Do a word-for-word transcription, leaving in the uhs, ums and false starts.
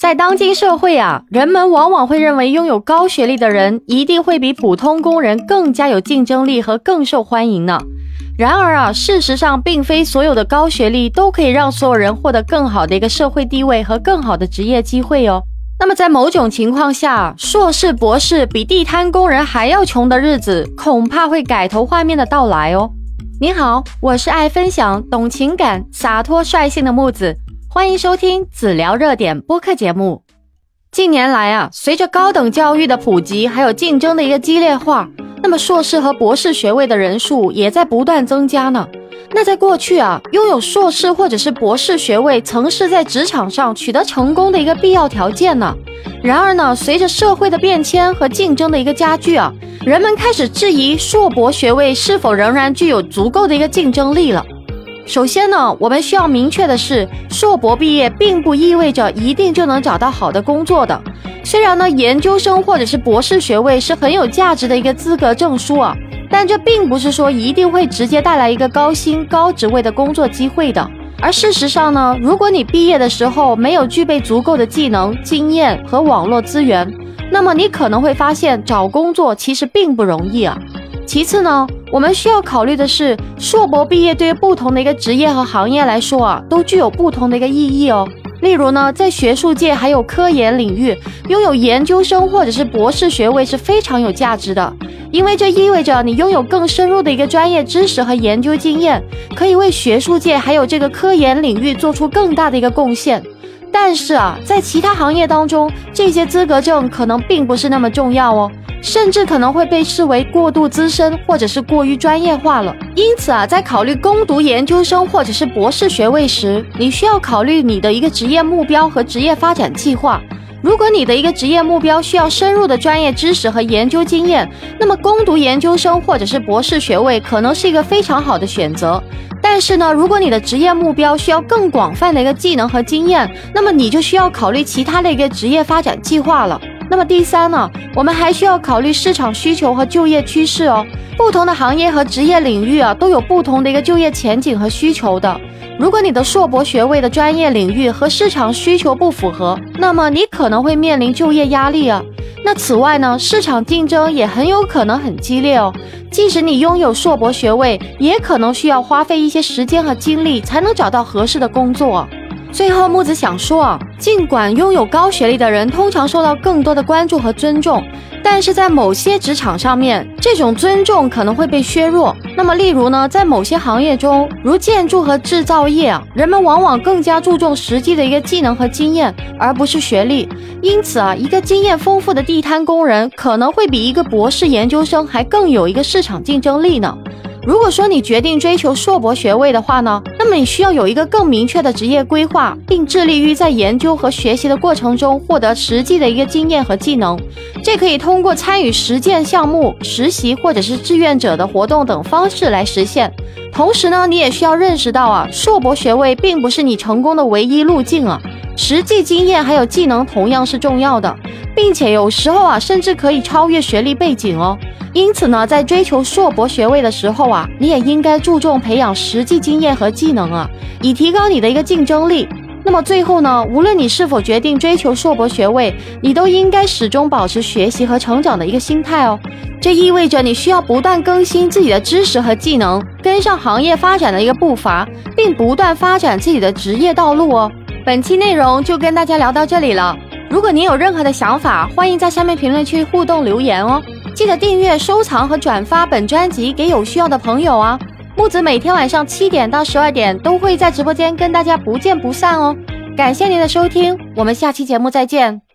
在当今社会啊，人们往往会认为拥有高学历的人一定会比普通工人更加有竞争力和更受欢迎呢。然而啊，事实上并非所有的高学历都可以让所有人获得更好的一个社会地位和更好的职业机会哦。那么在某种情况下，硕士博士比地摊工人还要穷的日子恐怕会改头换面的到来哦。你好，我是爱分享、懂情感、洒脱率性的木子，欢迎收听子聊热点播客节目。近年来啊，随着高等教育的普及，还有竞争的一个激烈化，那么硕士和博士学位的人数也在不断增加呢。那在过去啊，拥有硕士或者是博士学位曾是在职场上取得成功的一个必要条件呢。然而呢，随着社会的变迁和竞争的一个加剧啊，人们开始质疑硕博学位是否仍然具有足够的一个竞争力了。首先呢，我们需要明确的是，硕博毕业并不意味着一定就能找到好的工作的。虽然呢，研究生或者是博士学位是很有价值的一个资格证书啊，但这并不是说一定会直接带来一个高薪高职位的工作机会的。而事实上呢，如果你毕业的时候没有具备足够的技能、经验和网络资源，那么你可能会发现找工作其实并不容易啊。其次呢，我们需要考虑的是，硕博毕业对于不同的一个职业和行业来说啊，都具有不同的一个意义哦。例如呢，在学术界还有科研领域，拥有研究生或者是博士学位是非常有价值的，因为这意味着你拥有更深入的一个专业知识和研究经验，可以为学术界还有这个科研领域做出更大的一个贡献。但是啊，在其他行业当中，这些资格证可能并不是那么重要哦，甚至可能会被视为过度资深或者是过于专业化了。因此啊，在考虑攻读研究生或者是博士学位时，你需要考虑你的一个职业目标和职业发展计划。如果你的一个职业目标需要深入的专业知识和研究经验，那么攻读研究生或者是博士学位可能是一个非常好的选择。但是呢，如果你的职业目标需要更广泛的一个技能和经验，那么你就需要考虑其他的一个职业发展计划了。那么第三呢，我们还需要考虑市场需求和就业趋势哦。不同的行业和职业领域啊，都有不同的一个就业前景和需求的。如果你的硕博学位的专业领域和市场需求不符合，那么你可能会面临就业压力啊。那此外呢，市场竞争也很有可能很激烈哦。即使你拥有硕博学位，也可能需要花费一些时间和精力才能找到合适的工作。最后木子想说啊，尽管拥有高学历的人通常受到更多的关注和尊重，但是在某些职场上面，这种尊重可能会被削弱。那么例如呢，在某些行业中，如建筑和制造业啊，人们往往更加注重实际的一个技能和经验，而不是学历。因此啊，一个经验丰富的地摊工人可能会比一个博士研究生还更有一个市场竞争力呢。如果说你决定追求硕博学位的话呢，那么你需要有一个更明确的职业规划，并致力于在研究和学习的过程中获得实际的一个经验和技能。这可以通过参与实践项目、实习或者是志愿者的活动等方式来实现。同时呢，你也需要认识到啊，硕博学位并不是你成功的唯一路径啊，实际经验还有技能同样是重要的，并且有时候啊，甚至可以超越学历背景哦。因此呢，在追求硕博学位的时候啊，你也应该注重培养实际经验和技能啊，以提高你的一个竞争力。那么最后呢，无论你是否决定追求硕博学位，你都应该始终保持学习和成长的一个心态哦。这意味着你需要不断更新自己的知识和技能，跟上行业发展的一个步伐，并不断发展自己的职业道路哦。本期内容就跟大家聊到这里了。如果您有任何的想法，欢迎在下面评论区互动留言哦。记得订阅、收藏和转发本专辑给有需要的朋友啊！木子每天晚上七点到十二点都会在直播间跟大家不见不散哦。感谢您的收听，我们下期节目再见。